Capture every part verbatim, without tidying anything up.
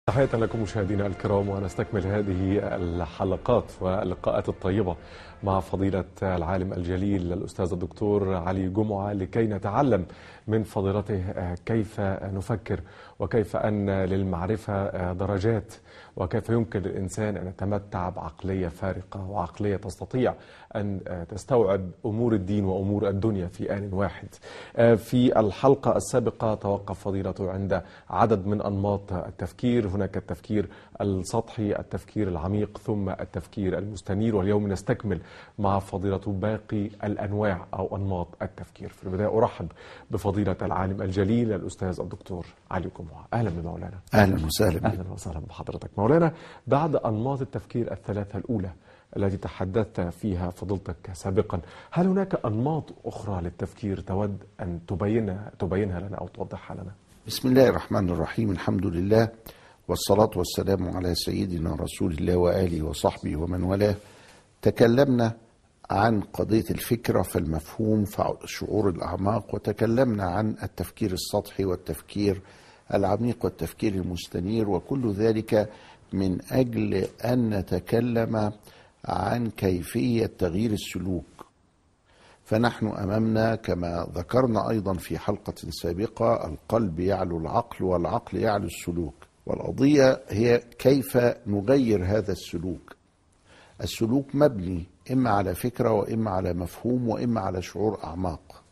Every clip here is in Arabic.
تحية لكم مشاهدينا الكرام، ونستكمل هذه الحلقات واللقاءات الطيبة مع فضيلة العالم الجليل الأستاذ الدكتور علي جمعة لكي نتعلم من فضيلته كيف نفكر، وكيف أن للمعرفة درجات، وكيف يمكن للإنسان أن يتمتع بعقلية فارقة وعقلية تستطيع أن تستوعب أمور الدين وأمور الدنيا في آن واحد. في الحلقة السابقة توقف فضيلته عند عدد من أنماط التفكير. هناك التفكير السطحي، التفكير العميق، ثم التفكير المستنير، واليوم نستكمل مع فضيلته باقي الأنواع أو أنماط التفكير. في البداية أرحب بفضيلة العالم الجليل الأستاذ الدكتور علي جمعة. أهلا بمولانا. أهلا وسهلا. أهلا وسهلا بحضرتك مولانا. بعد أنماط التفكير الثلاثة الأولى التي تحدثت فيها فضيلتك سابقا، هل هناك أنماط أخرى للتفكير تود أن تبينها تبينها لنا أو توضحها لنا؟ بسم الله الرحمن الرحيم، الحمد لله والصلاة والسلام على سيدنا رسول الله وآله وصحبه ومن والاه. تكلمنا عن قضية الفكرة فالمفهوم فشعور الأعماق، وتكلمنا عن التفكير السطحي والتفكير العميق والتفكير المستنير، وكل ذلك من أجل أن نتكلم عن كيفية تغيير السلوك. فنحن أمامنا كما ذكرنا أيضا في حلقة سابقة القلب يعلو العقل والعقل يعلو السلوك، والقضية هي كيف نغير هذا السلوك. السلوك مبني إما على فكرة وإما على مفهوم وإما على شعور أعماق.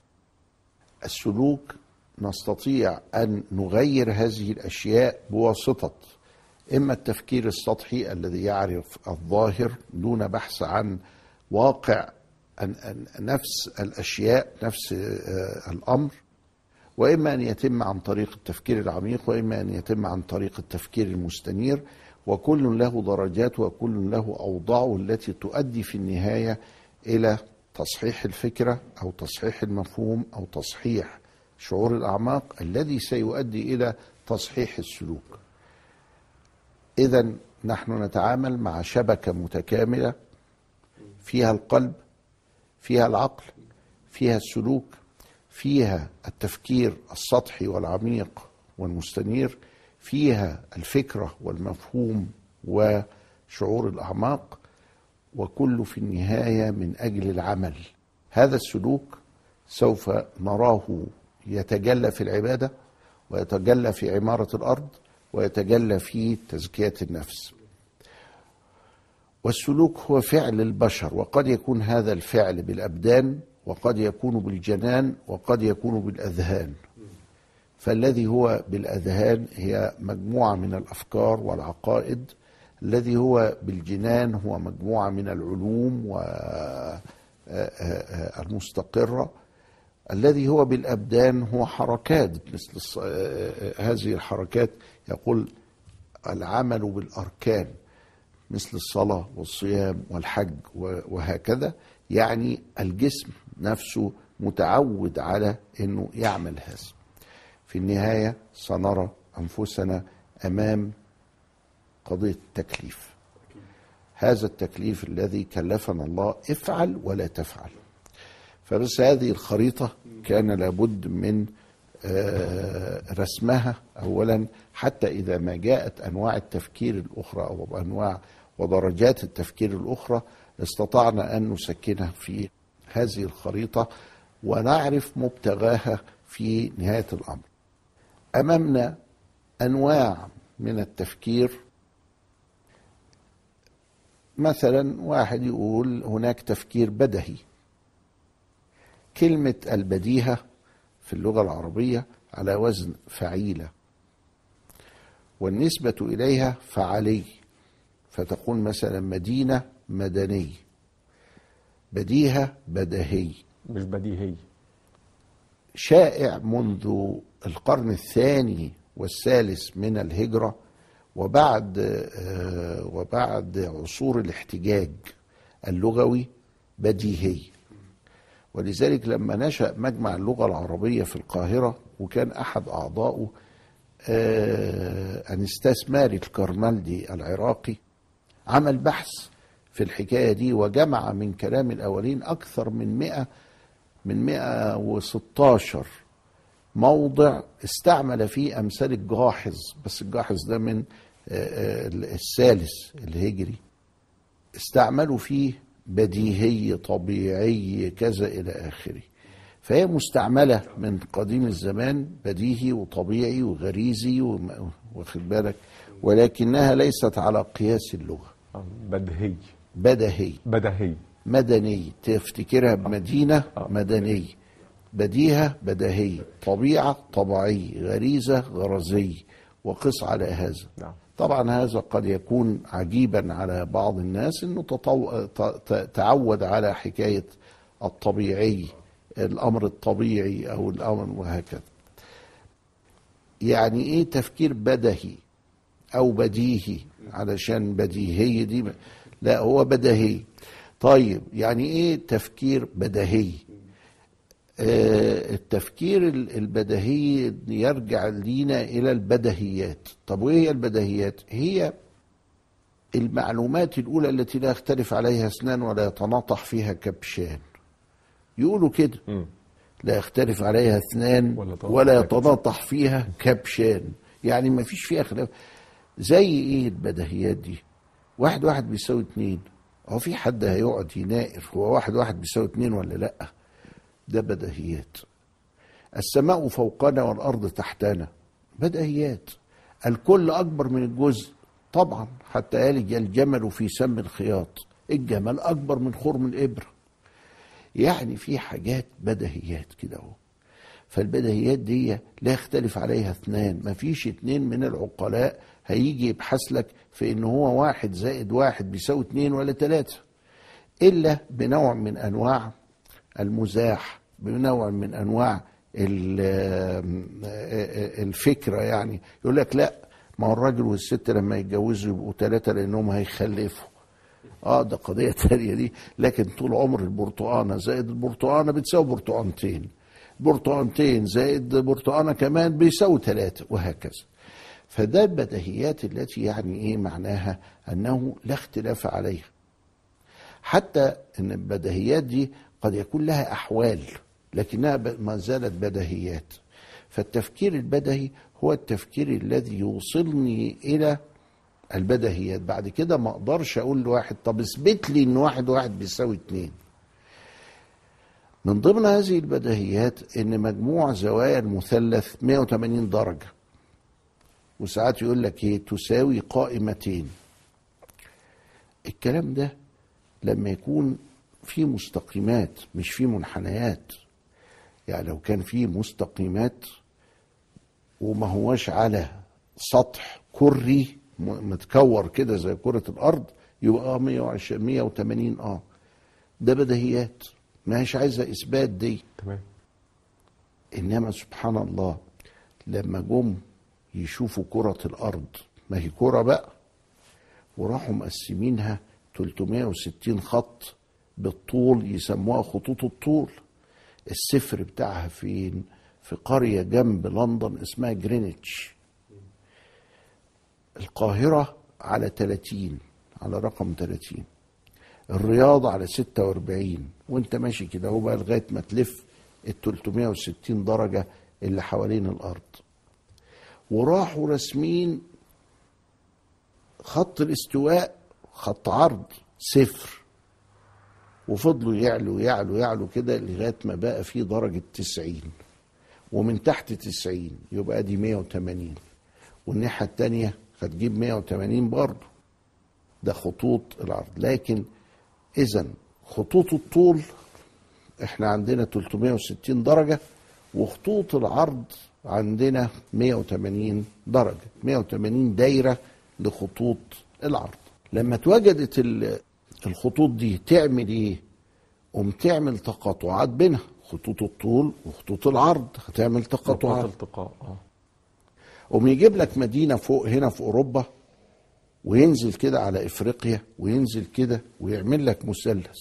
السلوك نستطيع أن نغير هذه الأشياء بواسطة إما التفكير السطحي الذي يعرف الظاهر دون بحث عن واقع نفس الأشياء نفس الأمر، وإما أن يتم عن طريق التفكير العميق، وإما أن يتم عن طريق التفكير المستنير، وكل له درجات وكل له أوضاعه التي تؤدي في النهاية إلى تصحيح الفكرة أو تصحيح المفهوم أو تصحيح شعور الأعماق الذي سيؤدي إلى تصحيح السلوك. إذن نحن نتعامل مع شبكة متكاملة فيها القلب، فيها العقل، فيها السلوك، فيها التفكير السطحي والعميق والمستنير، فيها الفكرة والمفهوم وشعور الأعماق، وكل في النهاية من أجل العمل. هذا السلوك سوف نراه يتجلى في العبادة، ويتجلى في عمارة الأرض، ويتجلى في تزكية النفس. والسلوك هو فعل البشر، وقد يكون هذا الفعل بالأبدان، وقد يكون بالجنان، وقد يكون بالأذهان. فالذي هو بالأذهان هي مجموعة من الأفكار والعقائد، الذي هو بالجنان هو مجموعة من العلوم والمستقرة، الذي هو بالأبدان هو حركات مثل هذه الحركات. يقول العمل بالأركان مثل الصلاة والصيام والحج وهكذا، يعني الجسم نفسه متعود على أنه يعمل هذا. في النهاية سنرى أنفسنا أمام قضية التكليف، هذا التكليف الذي كلفنا الله افعل ولا تفعل. فبس هذه الخريطة كان لابد من رسمها أولا، حتى إذا ما جاءت أنواع التفكير الأخرى أو أنواع ودرجات التفكير الأخرى استطعنا أن نسكنها في هذه الخريطة ونعرف مبتغاها في نهاية الأمر. أمامنا أنواع من التفكير. مثلا واحد يقول هناك تفكير بدهي. كلمة البديهة في اللغة العربية على وزن فعيلة، والنسبة إليها فعلي، فتقول مثلا مدينة مدني، بديهة بدهي، مش بديهي. شائع منذ القرن الثاني والثالث من الهجرة، وبعد وبعد عصور الاحتجاج اللغوي بديهي. ولذلك لما نشأ مجمع اللغة العربية في القاهرة، وكان أحد أعضائه أنستاس ماري الكرملدي العراقي، عمل بحث في الحكاية دي وجمع من كلام الأولين أكثر من مئة من مئة وستاشر موضع استعمل فيه أمثال الجاحظ، بس الجاحظ ده من الثالث الهجري استعملوا فيه بديهي طبيعي كذا إلى آخره. فهي مستعملة من قديم الزمان، بديهي وطبيعي وغريزي واخد بالك، ولكنها ليست على قياس اللغة. بدهي بدهي بدهي مدني، تفتكرها بمدينة مدني، بديهة بدهي، طبيعة طبيعي، غريزة غرزي، وقس على هذا. نعم. طبعا هذا قد يكون عجيبا على بعض الناس انه تطو... تعود على حكاية الطبيعي، الامر الطبيعي او الامر وهكذا. يعني ايه تفكير بدهي او بديهي؟ علشان بديهي دي لا، هو بدهي. طيب يعني ايه تفكير بدهي؟ آه التفكير البدهي يرجع لينا الى البدهيات. طب وايه هي البدهيات؟ هي المعلومات الاولى التي لا يختلف عليها اثنان ولا يتناطح فيها كبشان. يقولوا كده م. لا يختلف عليها اثنان ولا يتناطح فيها كبشان، يعني ما فيش فيها خلاف. زي ايه البدهيات دي؟ واحد واحد بيساوي اتنين، هو في حد هيقعد يناقر هو واحد واحد بيساوي اتنين ولا لا؟ ده بدهيات. السماء فوقنا والارض تحتنا، بدهيات. الكل اكبر من الجزء، طبعا حتى يلج الجمل في سم الخياط، الجمل اكبر من خرم الابره. يعني في حاجات بدهيات كده اهو. فالبدهيات دي لا يختلف عليها اثنان، ما فيش اتنين من العقلاء هيجي يبحث لك في ان هو واحد زائد واحد بيساوي اتنين ولا تلاتة، الا بنوع من انواع المزاح، بنوع من انواع الفكرة. يعني يقول لك لا، ما هو الراجل والست لما يتجوزوا يبقوا ثلاثة لانهم هيخلفوا. اه ده قضية تانية دي. لكن طول عمر البرتقانة زائد البرتقانة بتساوي برتقانتين، برتقانتين زائد برتقانة كمان بيساوي ثلاثة، وهكذا. فده البديهيات التي يعني ايه معناها انه لا اختلاف عليها. حتى ان البديهيات دي قد يكون لها احوال لكنها ما زالت بديهيات. فالتفكير البدهي هو التفكير الذي يوصلني الى البديهيات. بعد كده ما اقدرش اقول لواحد طب اثبت لي ان واحد واحد بيساوي اتنين. من ضمن هذه البديهيات ان مجموع زوايا المثلث مية وتمانين درجة، وساعات يقول لك ايه تساوي قائمتين. الكلام ده لما يكون في مستقيمات مش في منحنيات. يعني لو كان في مستقيمات وما هواش على سطح كري متكور كده زي كرة الارض، يبقى مية وتمانين. اه ده بديهيات ما هيش عايزة اثبات دي. تمام. انما سبحان الله لما جم يشوفوا كرة الارض، ما هي كرة بقى، وراحوا مقسمينها تلتمية وستين خط بالطول، يسموها خطوط الطول. السفر بتاعها فين؟ في قرية جنب لندن اسمها جرينتش. القاهرة على تلاتين، على رقم تلاتين. الرياض على ستة واربعين، وانت ماشي كده هو بقى لغاية ما تلف ال تلتمية وستين درجة اللي حوالين الارض. وراحوا رسمين خط الاستواء خط عرض صفر، وفضلوا يعلوا يعلوا يعلوا كده لغاية ما بقى فيه درجة تسعين، ومن تحت تسعين يبقى دي مية وتمانين، والناحية التانية هتجيب مية وتمانين برضه. ده خطوط العرض. لكن إذن خطوط الطول احنا عندنا تلتمية وستين درجة، وخطوط العرض عندنا مية وتمانين درجة، مية وتمانين دايرة لخطوط العرض. لما اتوجدت الخطوط دي تعمل ايه؟ قوم تعمل تقاطعات بينها، خطوط الطول وخطوط العرض هتعمل تقاطعات. التقاء اه قوم يجيب لك مدينة فوق هنا في اوروبا، وينزل كده على افريقيا، وينزل كده ويعمل لك مثلث،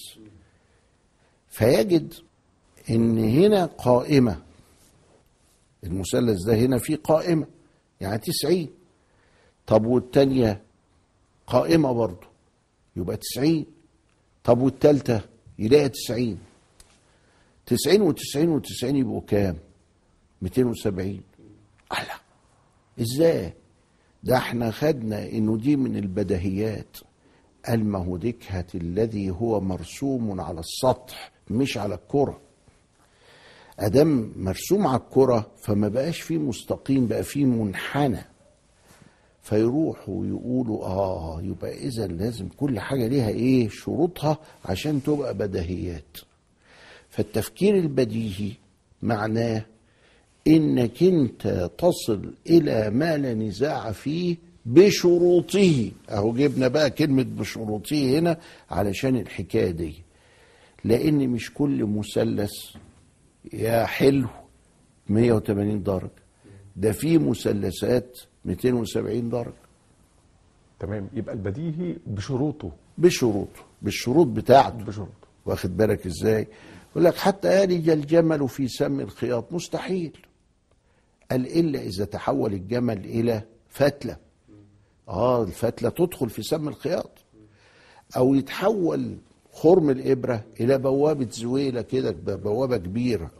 فيجد ان هنا قائمة، المثلث ده هنا فيه قائمة يعني تسعين. طب والتانية قائمة برضو يبقى تسعين. طب والتالتة يلاقي تسعين. تسعين وتسعين وتسعين يبقوا كام؟ ميتين وسبعين. الله، ازاي؟ ده احنا خدنا انه دي من البديهيات. قال ما هو دكهة الذي هو مرسوم على السطح مش على الكرة. ادام مرسوم على الكرة فما بقاش فيه مستقيم، بقى فيه منحنى. فيروحوا يقولوا اه يبقى اذا لازم كل حاجة ليها ايه شروطها عشان تبقى بديهيات. فالتفكير البديهي معناه انك انت تصل الى ما لا نزاع فيه بشروطه. اهو جبنا بقى كلمة بشروطه هنا علشان الحكاية دي، لان مش كل مثلث يا حلو مية وتمانين درجة، ده في مثلثات ميتين وسبعين درجة. تمام. يبقى البديهي بشروطه بشروطه بالشروط بتاعته بشروطه. واخد بالك ازاي؟ يقول لك حتى يلج الجمل في سم الخياط، مستحيل. قال الا اذا تحول الجمل الى فتله. اه الفتله تدخل في سم الخياط، او يتحول خرم الابره الى بوابه زويله كده، بوابه كبيره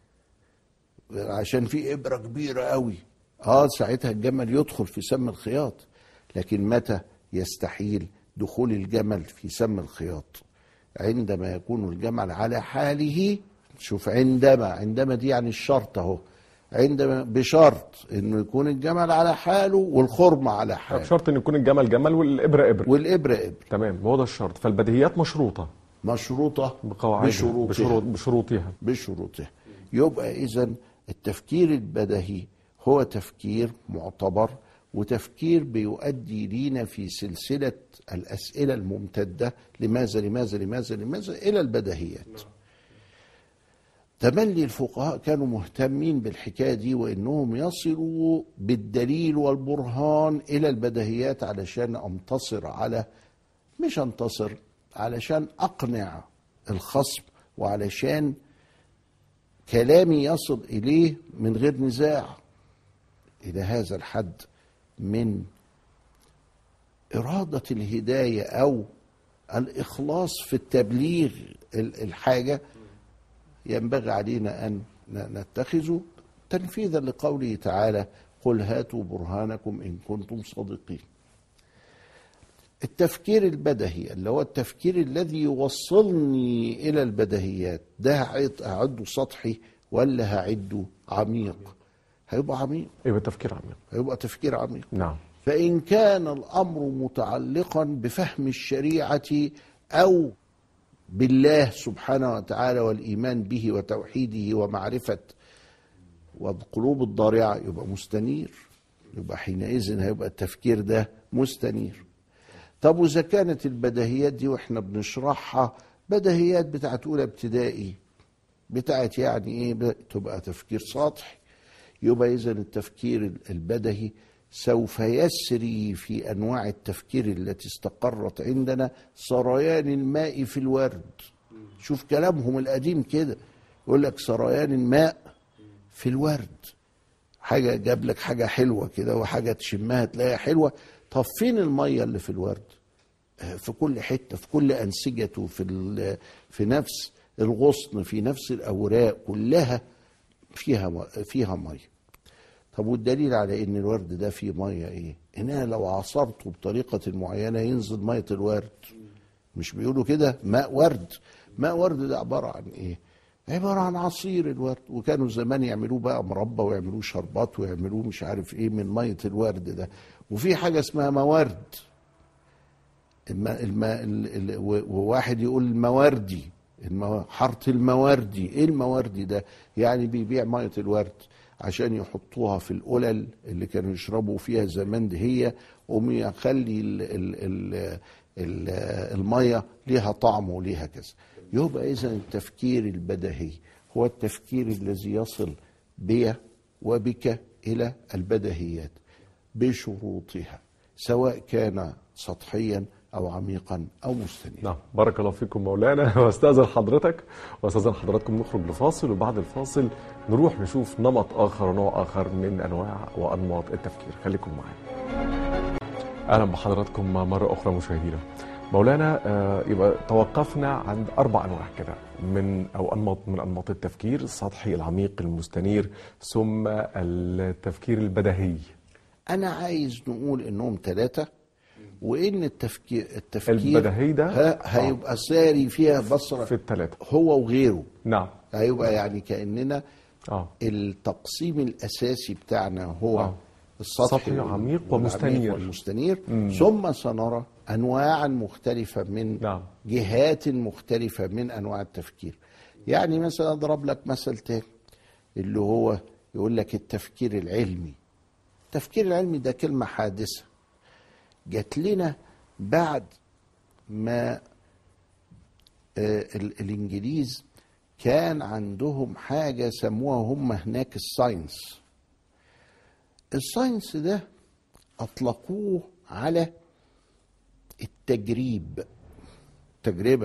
عشان في ابره كبيره قوي. اه ساعتها الجمل يدخل في سم الخياط. لكن متى يستحيل دخول الجمل في سم الخياط؟ عندما يكون الجمل على حاله. شوف عندما، عندما دي يعني الشرط اهو، عندما بشرط انه يكون الجمل على حاله والخرم على حاله. بشرط ان يكون الجمل جمل والابره ابره. والابره ابره. تمام، هو ده الشرط. فالبديهيات مشروطه مشروطه بقواعدها بشروطها بشروط بشروطها بشروطها. يبقى اذا التفكير البديهي هو تفكير معتبر، وتفكير بيؤدي لينا في سلسلة الأسئلة الممتدة لماذا لماذا لماذا لماذا إلى البديهيات. تملي الفقهاء كانوا مهتمين بالحكاية دي، وإنهم يصلوا بالدليل والبرهان إلى البديهيات علشان أنتصر على، مش أنتصر، علشان أقنع الخصم، وعلشان كلامي يصل إليه من غير نزاع. إلى هذا الحد من إرادة الهداية أو الإخلاص في التبليغ الحاجة ينبغي علينا أن نتخذه تنفيذا لقوله تعالى قل هاتوا برهانكم إن كنتم صادقين. التفكير البديهي اللي هو التفكير الذي يوصلني إلى البديهيات ده هعده سطحي ولا هعده عميق؟ هيبقى عميق. يبقى تفكير عميق. هيبقى تفكير عميق. نعم. فإن كان الأمر متعلقا بفهم الشريعة أو بالله سبحانه وتعالى والإيمان به وتوحيده ومعرفة والقلوب الضارعة يبقى مستنير. يبقى حينئذ هيبقى التفكير ده مستنير. طب وإذا كانت البديهيات دي وإحنا بنشرحها بديهيات بتاعت أولى ابتدائي، بتاعت يعني إيه، تبقى تفكير سطحي. يبقى إذن التفكير البديهي سوف يسري في أنواع التفكير التي استقرت عندنا سريان الماء في الورد. شوف كلامهم القديم كده، يقول لك سريان الماء في الورد. حاجة جاب لك حاجة حلوة كده وحاجة تشمها تلاقيها حلوة. طب فين المية اللي في الورد؟ في كل حتة، في كل أنسجته، في في نفس الغصن، في نفس الأوراق كلها فيها فيها مية. طب والدليل على ان الورد ده فيه ميه ايه؟ ان انا لو عصرته بطريقه معينه ينزل ميه الورد. مش بيقولوا كده ماء ورد؟ ماء ورد ده عباره عن ايه؟ عباره عن عصير الورد. وكانوا زمان يعملوه بقى مربى ويعملوه شربات ويعملوه مش عارف ايه من ميه الورد ده. وفي حاجه اسمها موارد. الماء الم... وواحد يقول المواردي، المو... حاره المواردي. ايه المواردي ده؟ يعني بيبيع ميه الورد عشان يحطوها في القلل اللي كانوا يشربوا فيها زمان دي، هي وم يخلي ال ال ال ال الميه ليها طعم وليها كذا. يبقى اذا التفكير البديهي هو التفكير الذي يصل بي وبك الى البديهيات بشروطها، سواء كان سطحيا أو عميقا أو مستنيرا. نعم، بارك الله فيكم مولانا. واستاذن حضرتك واستاذن حضراتكم نخرج لفاصل، وبعد الفاصل نروح نشوف نمط آخر ونوع آخر من أنواع وأنماط التفكير. خليكم معانا. أهلا بحضراتكم مرة أخرى مشاهدينا. مولانا، يبقى توقفنا عند أربع أنواع كده من أو أنماط من أنماط التفكير: السطحي، العميق، المستنير، ثم التفكير البديهي. انا عايز نقول انهم ثلاثه، وان التفكير التفكير البديهي ده ه- هيبقى ساري فيها بصره في الثلاثة. هو وغيره. نعم. هيبقى يعني كاننا اه التقسيم الاساسي بتاعنا هو آه. السطحي سطحي وعميق والعميق ومستنير. والمستنير. ثم سنرى انواعا مختلفه من نعم. جهات مختلفه من انواع التفكير. يعني مثلا اضرب لك مثل تاني اللي هو يقول لك التفكير العلمي. التفكير العلمي ده كلمه حادثه جات لنا بعد ما آه الانجليز كان عندهم حاجه سموها هم هناك الساينس. الساينس ده اطلقوه على التجريب، تجربه،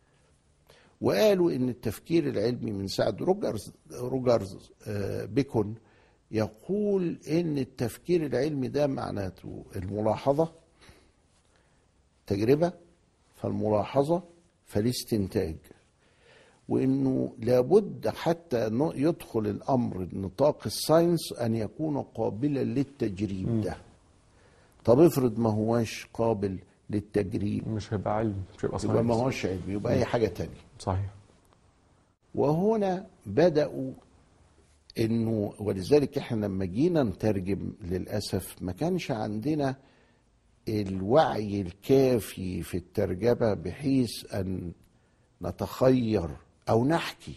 وقالوا ان التفكير العلمي من ساعه روجرز روجرز آه بيكون يقول ان التفكير العلمي ده معناته الملاحظه، تجربه، فالملاحظه فالاستنتاج، وانه لابد حتى يدخل الامر نطاق الساينس ان يكون قابلا للتجريب ده. طب افرض ما هواش قابل للتجريب، مش هيبقى علم، مش هيبقى يبقى ما ساينس. هوش علم، يبقى اي حاجه تانية. صحيح. وهنا بداوا انه، ولذلك احنا لما جينا نترجم للاسف ما كانش عندنا الوعي الكافي في الترجمه بحيث ان نتخير او نحكي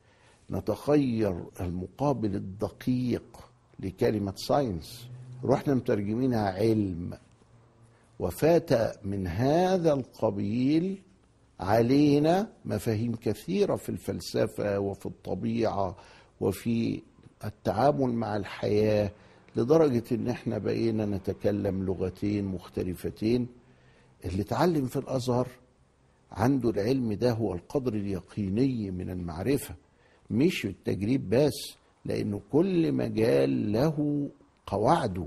نتخير المقابل الدقيق لكلمه ساينس. رحنا مترجمينها علم، وفات من هذا القبيل علينا مفاهيم كثيره في الفلسفه وفي الطبيعه وفي التعامل مع الحياه، لدرجه ان احنا بقينا نتكلم لغتين مختلفتين. اللي اتعلم في الازهر عنده العلم ده هو القدر اليقيني من المعرفه، مش التجريب بس، لانه كل مجال له قواعده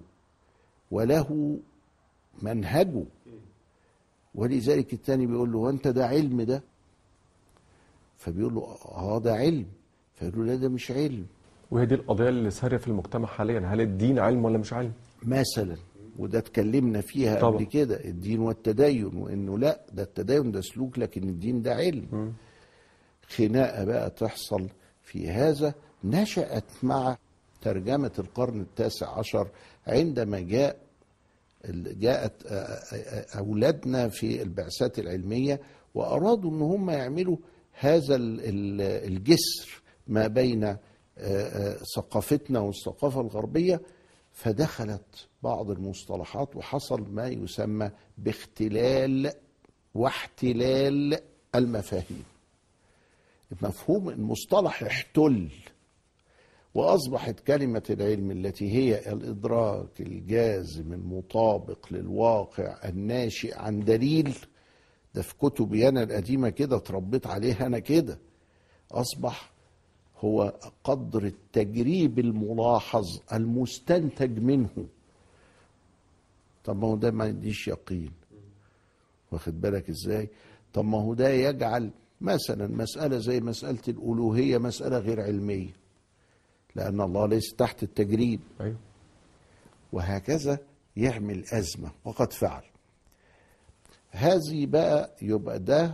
وله منهجه. ولذلك الثاني بيقول له وانت ده علم ده؟ فبيقول له اه ده علم. فيقول له لا ده مش علم. وهي دي القضيه اللي ساريه في المجتمع حاليا، هل الدين علم ولا مش علم؟ مثلا، وده اتكلمنا فيها طبعا. قبل كده، الدين والتدين، وانه لا ده التدين ده سلوك لكن الدين ده علم. م. خناقه بقى تحصل في هذا نشأت مع ترجمه القرن التاسع عشر، عندما جاء جاءت أولادنا في البعثات العلمية وأرادوا أن هم يعملوا هذا الجسر ما بين ثقافتنا والثقافة الغربية، فدخلت بعض المصطلحات وحصل ما يسمى باختلال واحتلال المفاهيم. مفهوم المصطلح احتل، وأصبحت كلمة العلم التي هي الإدراك الجازم المطابق للواقع الناشئ عن دليل، ده في كتبي أنا القديمة كده اتربيت عليها أنا كده، أصبح هو قدر التجريب الملاحظ المستنتج منه. طب ما هو ده ما يديش يقين، واخد بالك ازاي؟ طب ما هو ده يجعل مثلا مسألة زي مسألة الألوهية مسألة غير علمية، لأن الله ليس تحت التجريب. أيوه. وهكذا يعمل أزمة، وقد فعل. هذه بقى يبقى ده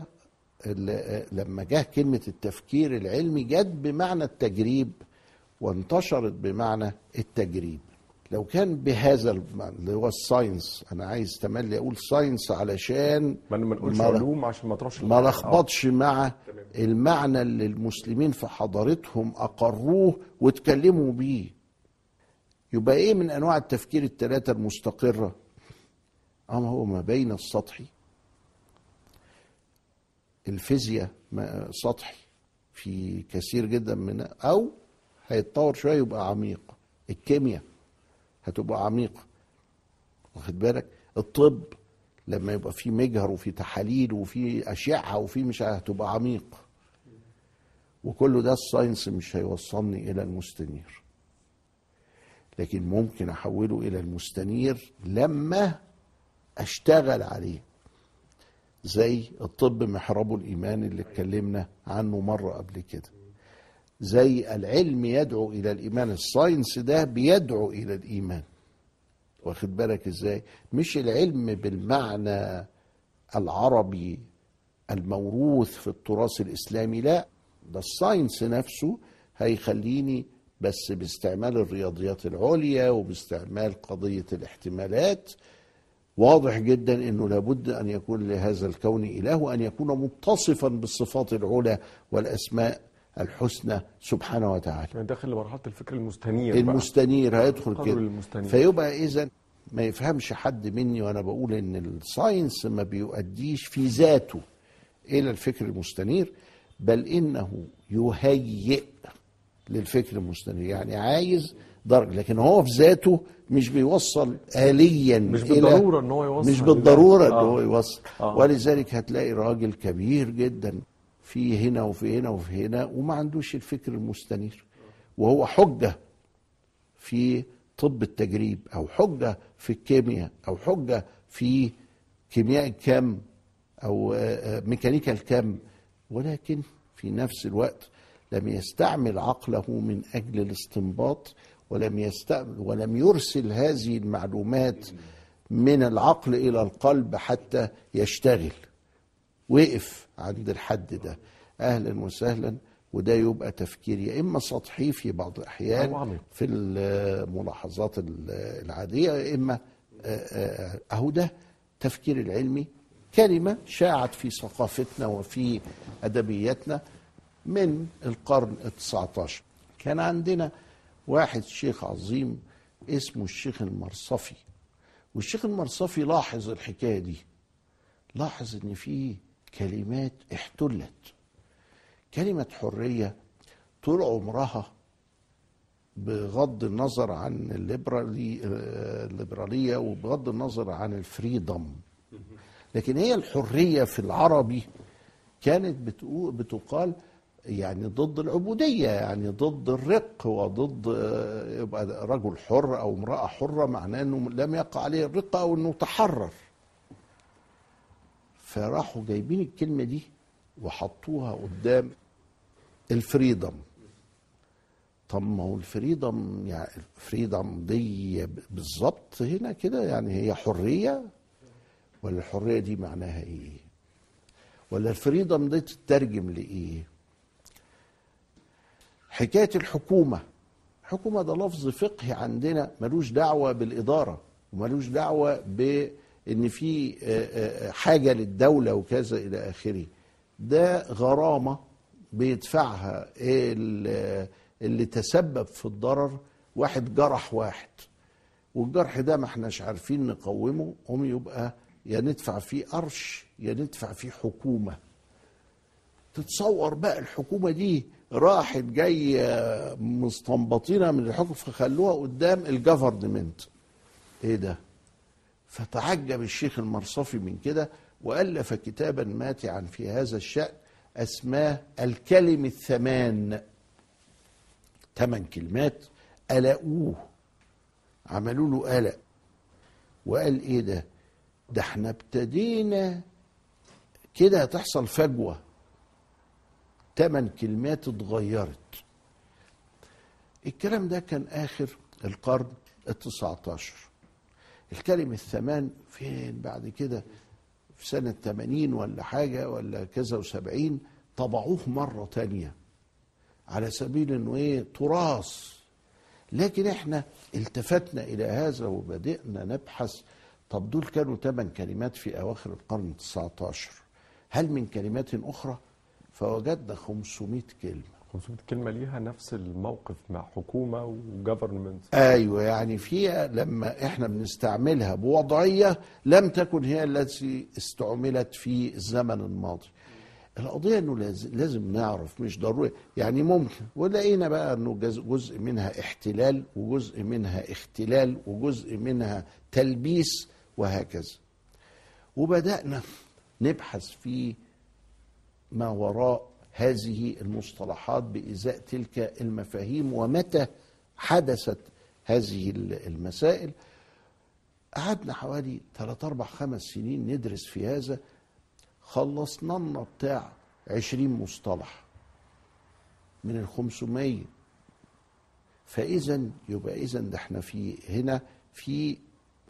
لما جه كلمة التفكير العلمي جت بمعنى التجريب وانتشرت بمعنى التجريب. لو كان بهذا اللي هو الساينس، أنا عايز تملي أقول ساينس علشان ما نقولش علوم عشان ما تروحش ما لخبطش مع المعنى اللي المسلمين في حضارتهم أقروه واتكلموا بيه. يبقى إيه من أنواع التفكير الثلاثة المستقرة؟ أما هو ما بين السطحي، الفيزياء سطحي في كثير جدا منها، أو هيتطور شوية يبقى عميق. الكيمياء هتبقى عميقة، واخد بالك؟ الطب لما يبقى في مجهر وفي تحاليل وفي أشعة وفي مش هتبقى عميق. وكل ده الساينس مش هيوصلني إلى المستنير، لكن ممكن أحوله إلى المستنير لما أشتغل عليه، زي الطب محرابه الإيمان اللي اتكلمنا عنه مرة قبل كده، زي العلم يدعو إلى الإيمان، الساينس ده بيدعو إلى الإيمان. واخد بالك ازاي؟ مش العلم بالمعنى العربي الموروث في التراث الإسلامي، لا، ده الساينس نفسه هيخليني بس باستعمال الرياضيات العليا وباستعمال قضية الاحتمالات واضح جدا انه لابد ان يكون لهذا الكون اله وان يكون متصفا بالصفات العلى والاسماء الحسنى سبحانه وتعالى. يعني داخل لمرحله الفكر المستنير. المستنير هيدخل كده. المستنير. فيبقى اذا ما يفهمش حد مني وانا بقول ان الساينس ما بيؤديش في ذاته الى الفكر المستنير، بل انه يهيئ للفكر المستنير، يعني عايز درجة، لكن هو في ذاته مش بيوصل آليا، مش بالضرورة ان هو يوصل، مش بالضرورة ان آه. هو يوصل. آه. ولذلك هتلاقي راجل كبير جدا في هنا وفي هنا وفي هنا وما عندوش الفكر المستنير، وهو حجة في طب التجريب او حجة في الكيمياء او حجة في كيمياء الكم او ميكانيكا الكم، ولكن في نفس الوقت لم يستعمل عقله من أجل الاستنباط، ولم يستعمل ولم يرسل هذه المعلومات من العقل إلى القلب حتى يشتغل. وقف عند الحد ده، أهلا وسهلا. وده يبقى تفكير يا إما سطحي في بعض الأحيان في الملاحظات العادية، يا إما أهو ده تفكير العلمي، كلمة شاعت في ثقافتنا وفي أدبياتنا من القرن التسعة عشر. كان عندنا واحد شيخ عظيم اسمه الشيخ المرصفي، والشيخ المرصفي لاحظ الحكاية دي، لاحظ ان في كلمات احتلت. كلمة حرية طول عمرها بغض النظر عن الليبرالي الليبرالية وبغض النظر عن الفريدم، لكن هي الحرية في العربي كانت بتقال يعني ضد العبودية، يعني ضد الرق وضد يبقى رجل حر أو امرأة حرة، معناه أنه لم يقع عليه الرق أو أنه تحرر. فراحوا جايبين الكلمة دي وحطوها قدام الفريدم. طب ما هو الفريدم يعني الفريدم دي بالظبط هنا كده، يعني هي حرية ولا الحرية دي معناها إيه؟ ولا الفريدم دي تترجم لإيه؟ حكاية الحكومة، حكومة ده لفظ فقهي عندنا ملوش دعوة بالإدارة وملوش دعوة بأن في حاجة للدولة وكذا إلى آخره. ده غرامة بيدفعها اللي تسبب في الضرر، واحد جرح واحد والجرح ده ما احناش عارفين نقومه، هم يبقى يا ندفع فيه قرش يا ندفع فيه حكومة. تتصور بقى الحكومة دي راحت جاية مستنبطينة من الحكم فخلوها قدام الجفرنمنت. ايه ده؟ فتعجب الشيخ المرصفي من كده وألف كتابا ماتعا في هذا الشأن اسماه الكلم الثمان. ثمان كلمات قلقوه، عملوا له قلق، وقال ايه ده؟ ده احنا ابتدينا كده هتحصل فجوة، ثمان كلمات اتغيرت. الكلام ده كان آخر القرن التسعة عشر. الكلم الثمان فين بعد كده؟ في سنة ثمانين ولا حاجة ولا كذا وسبعين طبعوه مرة تانية على سبيل انه ايه تراث. لكن احنا التفتنا الى هذا وبدأنا نبحث، طب دول كانوا ثمان كلمات في اواخر القرن التسعة عشر، هل من كلمات اخرى؟ فوجدنا خمسمائة كلمة. خمسمائة كلمة ليها نفس الموقف مع حكومة وجفرنمنت. ايوه، يعني فيها لما احنا بنستعملها بوضعية لم تكن هي التي استعملت في الزمن الماضي. القضية انه لازم نعرف، مش ضروري يعني ممكن، ولقينا بقى انه جزء منها احتلال وجزء منها اختلال وجزء منها تلبيس وهكذا. وبدأنا نبحث في ما وراء هذه المصطلحات بإزاء تلك المفاهيم ومتى حدثت هذه المسائل. قعدنا حوالي ثلاث أربع خمس سنين ندرس في هذا، خلصنا لنا بتاع عشرين مصطلح من الخمسمية. فإذا يبقى إذا ده احنا في هنا في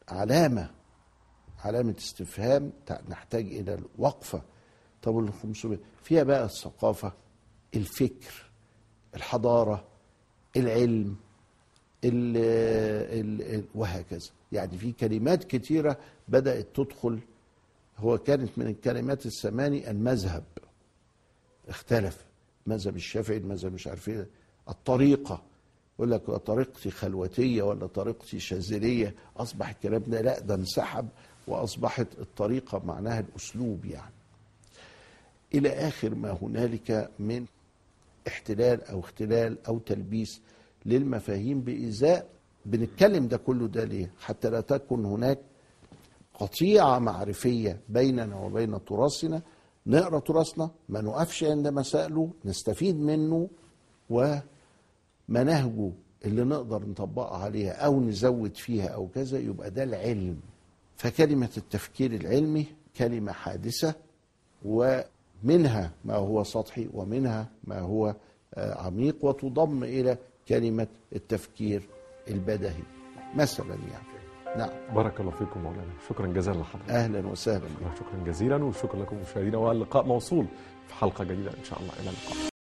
علامة علامة استفهام نحتاج إلى الوقفة. طب ال خمسمائة فيها بقى الثقافة، الفكر، الحضارة، العلم، ال ال وهكذا. يعني في كلمات كتيرة بدأت تدخل. هو كانت من الكلمات الثماني المذهب، اختلف مذهب الشافعي، المذهب مش عارف ايه، الطريقة، يقول لك طريقتي خلوتية ولا طريقتي شاذلية. أصبح الكلام ده لا، ده انسحب وأصبحت الطريقة معناها الأسلوب يعني. إلى آخر ما هنالك من احتلال أو اختلال أو تلبيس للمفاهيم بإزاء. بنتكلم ده كله ده ليه؟ حتى لا تكون هناك قطيعة معرفية بيننا وبين تراثنا. نقرأ تراثنا، ما نقفش عند مسائله، نستفيد منه ومناهجه اللي نقدر نطبقها عليها أو نزود فيها أو كذا، يبقى ده العلم. فكلمة التفكير العلمي كلمة حادثة، ومنها ما هو سطحي ومنها ما هو عميق، وتضم إلى كلمة التفكير البدهي مثلا يعني. نعم. بارك الله فيكم مولانا، شكرا جزيلا لحضرتك. أهلا وسهلا. شكرا جزيلا، وشكرا لكم مشاهدينا، واللقاء موصول في حلقة جديدة إن شاء الله. إلى اللقاء.